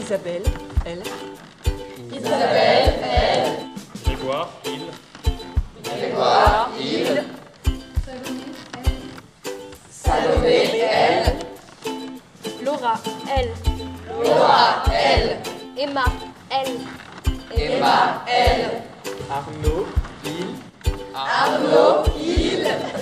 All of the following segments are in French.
Isabelle, elle. Isabelle, elle. Grégoire, il. Grégoire, il. Salomé, elle. Laura, elle. Laura, elle. Emma, elle. Emma, elle. Arnaud, il. Arnaud, il.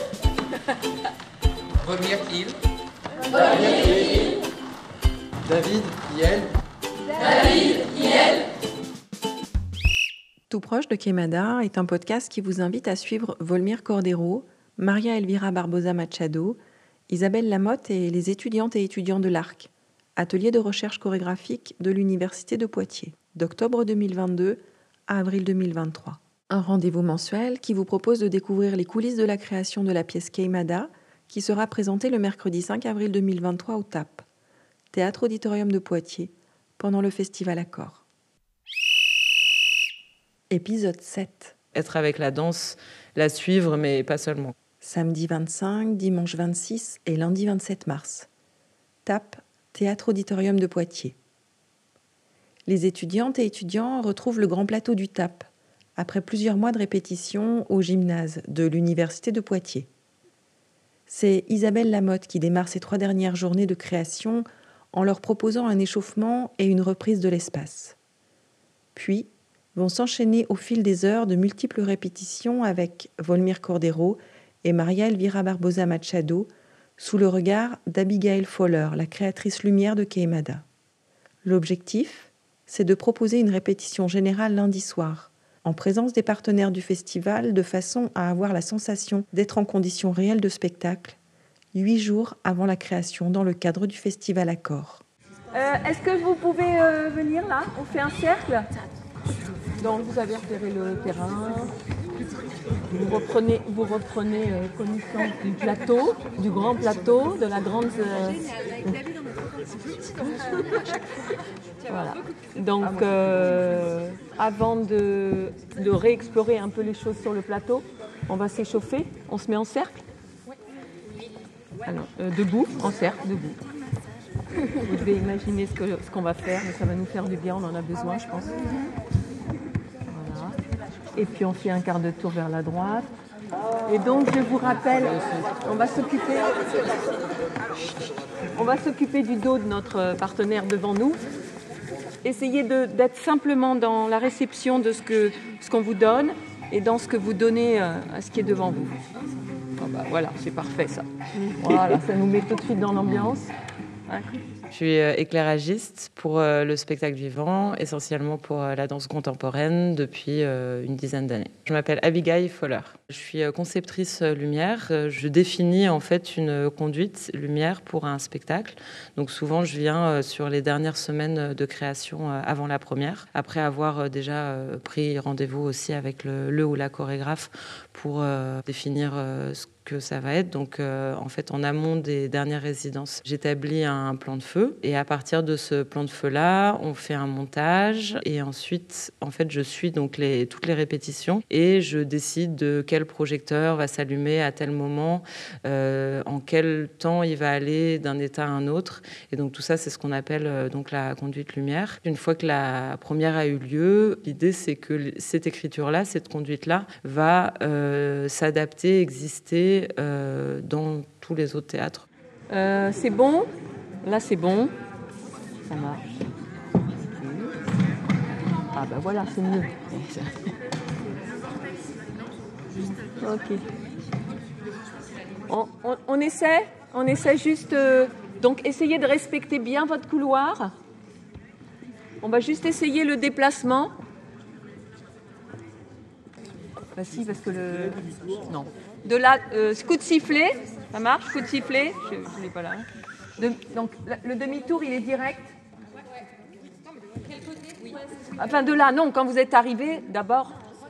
Volmir, il. Volmir, il. David, il. David, il. Tout proche de Queimada est un podcast qui vous invite à suivre Volmir Cordero, Maria Elvira Barbosa Machado, Isabelle Lamotte et les étudiantes et étudiants de l'ARC, atelier de recherche chorégraphique de l'Université de Poitiers, d'octobre 2022 à avril 2023. Un rendez-vous mensuel qui vous propose de découvrir les coulisses de la création de la pièce Queimada, qui sera présentée le mercredi 5 avril 2023 au TAP, Théâtre Auditorium de Poitiers, pendant le Festival Accord. Épisode 7. Être avec la danse, la suivre, mais pas seulement. Samedi 25, dimanche 26 et lundi 27 mars. TAP, Théâtre Auditorium de Poitiers. Les étudiantes et étudiants retrouvent le grand plateau du TAP, après plusieurs mois de répétition au gymnase de l'Université de Poitiers. C'est Isabelle Lamotte qui démarre ces 3 dernières journées de création en leur proposant un échauffement et une reprise de l'espace. Puis, vont s'enchaîner au fil des heures de multiples répétitions avec Volmir Cordero et Maria Elvira Barbosa Machado, sous le regard d'Abigail Fowler, la créatrice lumière de Queimada. L'objectif, c'est de proposer une répétition générale lundi soir, en présence des partenaires du festival, de façon à avoir la sensation d'être en conditions réelles de spectacle, 8 jours avant la création dans le cadre du Festival Accord. Est-ce que vous pouvez venir là? On fait un cercle. Donc vous avez repéré le terrain. Vous reprenez connaissance du plateau, du grand plateau, de la grande. Voilà. Donc, avant de réexplorer un peu les choses sur le plateau, on va s'échauffer. On se met en cercle. Alors, debout, en cercle, debout. Vous devez imaginer ce qu'on va faire, mais ça va nous faire du bien, on en a besoin, je pense. Voilà. Et puis on fait un quart de tour vers la droite. Et donc, je vous rappelle, on va s'occuper du dos de notre partenaire devant nous. Essayez d'être simplement dans la réception de ce qu'on vous donne et dans ce que vous donnez à ce qui est devant vous. Oh bah voilà, c'est parfait ça. Voilà, ça nous met tout de suite dans l'ambiance. Ouais. Je suis éclairagiste pour le spectacle vivant, essentiellement pour la danse contemporaine depuis une dizaine d'années. Je m'appelle Abigail Fowler. Je suis conceptrice lumière. Je définis en fait une conduite lumière pour un spectacle. Donc souvent, je viens sur les dernières semaines de création avant la première, après avoir déjà pris rendez-vous aussi avec le ou la chorégraphe pour définir ce que ça va être. Donc, en fait, en amont des dernières résidences, j'établis un plan de feu. Et à partir de ce plan de feu-là, on fait un montage. Et ensuite, en fait, je suis donc toutes les répétitions. Et je décide de quel projecteur va s'allumer à tel moment, en quel temps il va aller d'un état à un autre. Et donc, tout ça, c'est ce qu'on appelle donc la conduite lumière. Une fois que la première a eu lieu, l'idée, c'est que cette écriture-là, cette conduite-là, va s'adapter, exister dans tous les autres théâtres. C'est bon? Là, c'est bon. Ça marche. Ah ben voilà, c'est mieux. Ok. On essaie juste... donc, essayez de respecter bien votre couloir. On va juste essayer le déplacement. Bah si, parce que non. De là, coup de sifflet, ça marche, coup de sifflet, je ne l'ai pas là. Donc le demi-tour, il est direct. Enfin de là, non, quand vous êtes arrivé, d'abord,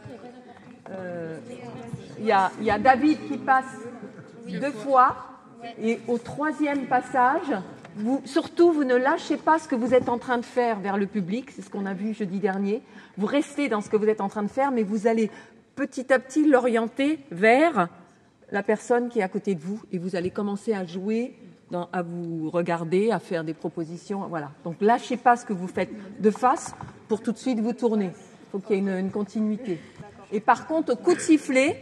il y a David qui passe 2 fois, et au 3e passage, vous ne lâchez pas ce que vous êtes en train de faire vers le public, c'est ce qu'on a vu jeudi dernier. Vous restez dans ce que vous êtes en train de faire, mais vous allez petit à petit l'orienter vers la personne qui est à côté de vous et vous allez commencer à jouer à vous regarder, à faire des propositions. Voilà. Donc lâchez pas ce que vous faites de face pour tout de suite vous tourner. Il faut qu'il y ait une continuité. Et par contre, au coup de sifflet,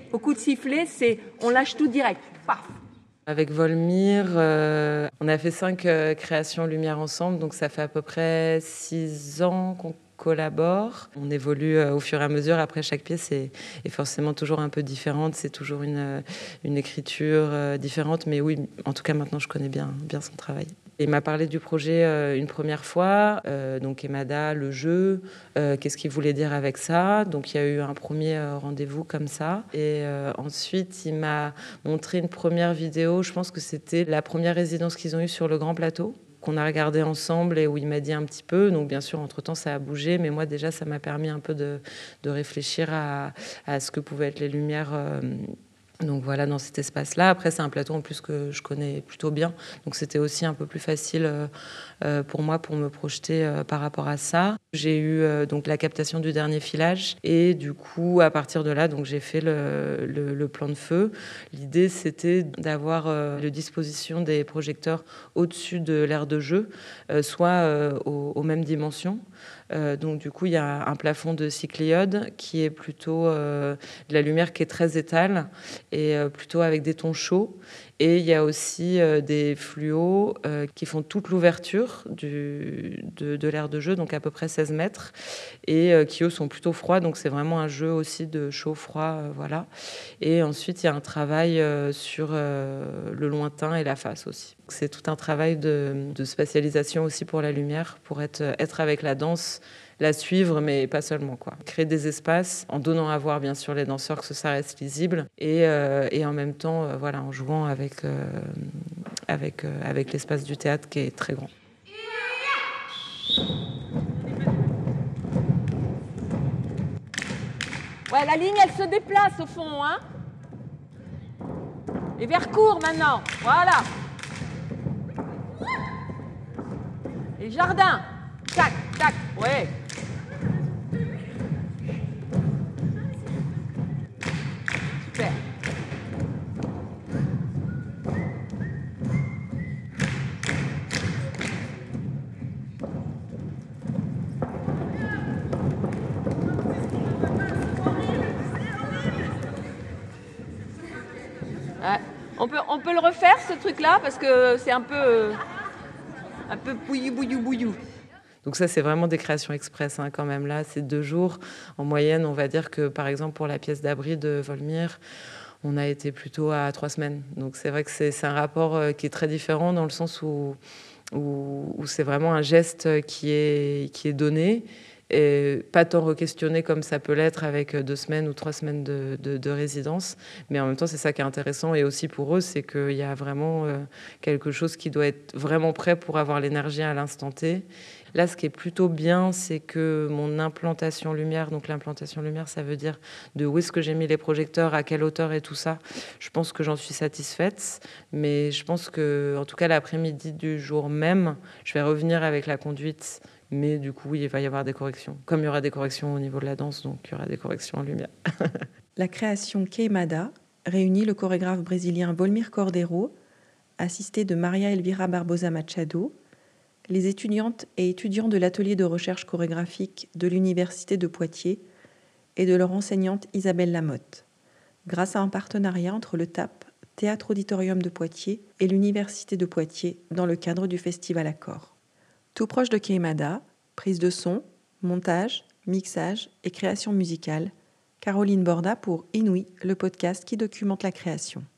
on lâche tout direct. Paf. Avec Volmir, on a fait 5 créations lumière ensemble, donc ça fait à peu près 6 ans qu'on collabore. On évolue au fur et à mesure. Après, chaque pièce est forcément toujours un peu différente. C'est toujours une écriture différente. Mais oui, en tout cas, maintenant, je connais bien son travail. Il m'a parlé du projet une première fois, donc Emada, le jeu, qu'est-ce qu'il voulait dire avec ça. Donc il y a eu un premier rendez-vous comme ça. Et ensuite, il m'a montré une première vidéo, je pense que c'était la première résidence qu'ils ont eue sur le Grand Plateau, qu'on a regardé ensemble et où il m'a dit un petit peu. Donc bien sûr, entre-temps, ça a bougé, mais moi déjà, ça m'a permis un peu de réfléchir à ce que pouvaient être les lumières. Donc voilà, dans cet espace-là. Après, c'est un plateau en plus que je connais plutôt bien. Donc c'était aussi un peu plus facile pour moi pour me projeter par rapport à ça. J'ai eu donc la captation du dernier filage. Et du coup, à partir de là, donc, j'ai fait le plan de feu. L'idée, c'était d'avoir la disposition des projecteurs au-dessus de l'aire de jeu, soit aux mêmes dimensions. Donc du coup, il y a un plafond de cycléode qui est plutôt de la lumière qui est très étale et plutôt avec des tons chauds. Et il y a aussi des fluos qui font toute l'ouverture de l'aire de jeu, donc à peu près 16 mètres, et qui, eux, sont plutôt froids. Donc c'est vraiment un jeu aussi de chaud-froid. Voilà. Et ensuite, il y a un travail sur le lointain et la face aussi. C'est tout un travail de spatialisation aussi pour la lumière, pour être avec la danse, la suivre, mais pas seulement, quoi. Créer des espaces en donnant à voir, bien sûr, les danseurs, que ça reste lisible, et en même temps, voilà, en jouant avec l'espace du théâtre qui est très grand. Ouais, la ligne, elle se déplace au fond, hein. Et vers court maintenant, voilà. Et jardin, tac, tac, ouais. Super. Ouais. On peut le refaire, ce truc-là, parce que c'est un peu bouillou. Donc ça, c'est vraiment des créations express, hein, quand même. Là, c'est 2 jours. En moyenne, on va dire que, par exemple, pour la pièce d'abri de Volmir, on a été plutôt à 3 semaines. Donc c'est vrai que c'est un rapport qui est très différent dans le sens où c'est vraiment un geste qui est donné, et pas tant re-questionné comme ça peut l'être avec 2 semaines ou 3 semaines de résidence. Mais en même temps, c'est ça qui est intéressant. Et aussi pour eux, c'est qu'il y a vraiment quelque chose qui doit être vraiment prêt pour avoir l'énergie à l'instant T. Là, ce qui est plutôt bien, c'est que mon implantation lumière, donc l'implantation lumière, ça veut dire de où est-ce que j'ai mis les projecteurs, à quelle hauteur et tout ça. Je pense que j'en suis satisfaite, mais je pense que, en tout cas, l'après-midi du jour même, je vais revenir avec la conduite. Mais du coup, oui, il va y avoir des corrections. Comme il y aura des corrections au niveau de la danse, donc il y aura des corrections en lumière. La création Queimada réunit le chorégraphe brésilien Volmir Cordeiro, assisté de Maria Elvira Barbosa Machado, les étudiantes et étudiants de l'atelier de recherche chorégraphique de l'Université de Poitiers et de leur enseignante Isabelle Lamotte, grâce à un partenariat entre le TAP, Théâtre Auditorium de Poitiers, et l'Université de Poitiers dans le cadre du Festival Accord. Tout proche de Queimada, prise de son, montage, mixage et création musicale, Caroline Borda pour Inouï, le podcast qui documente la création.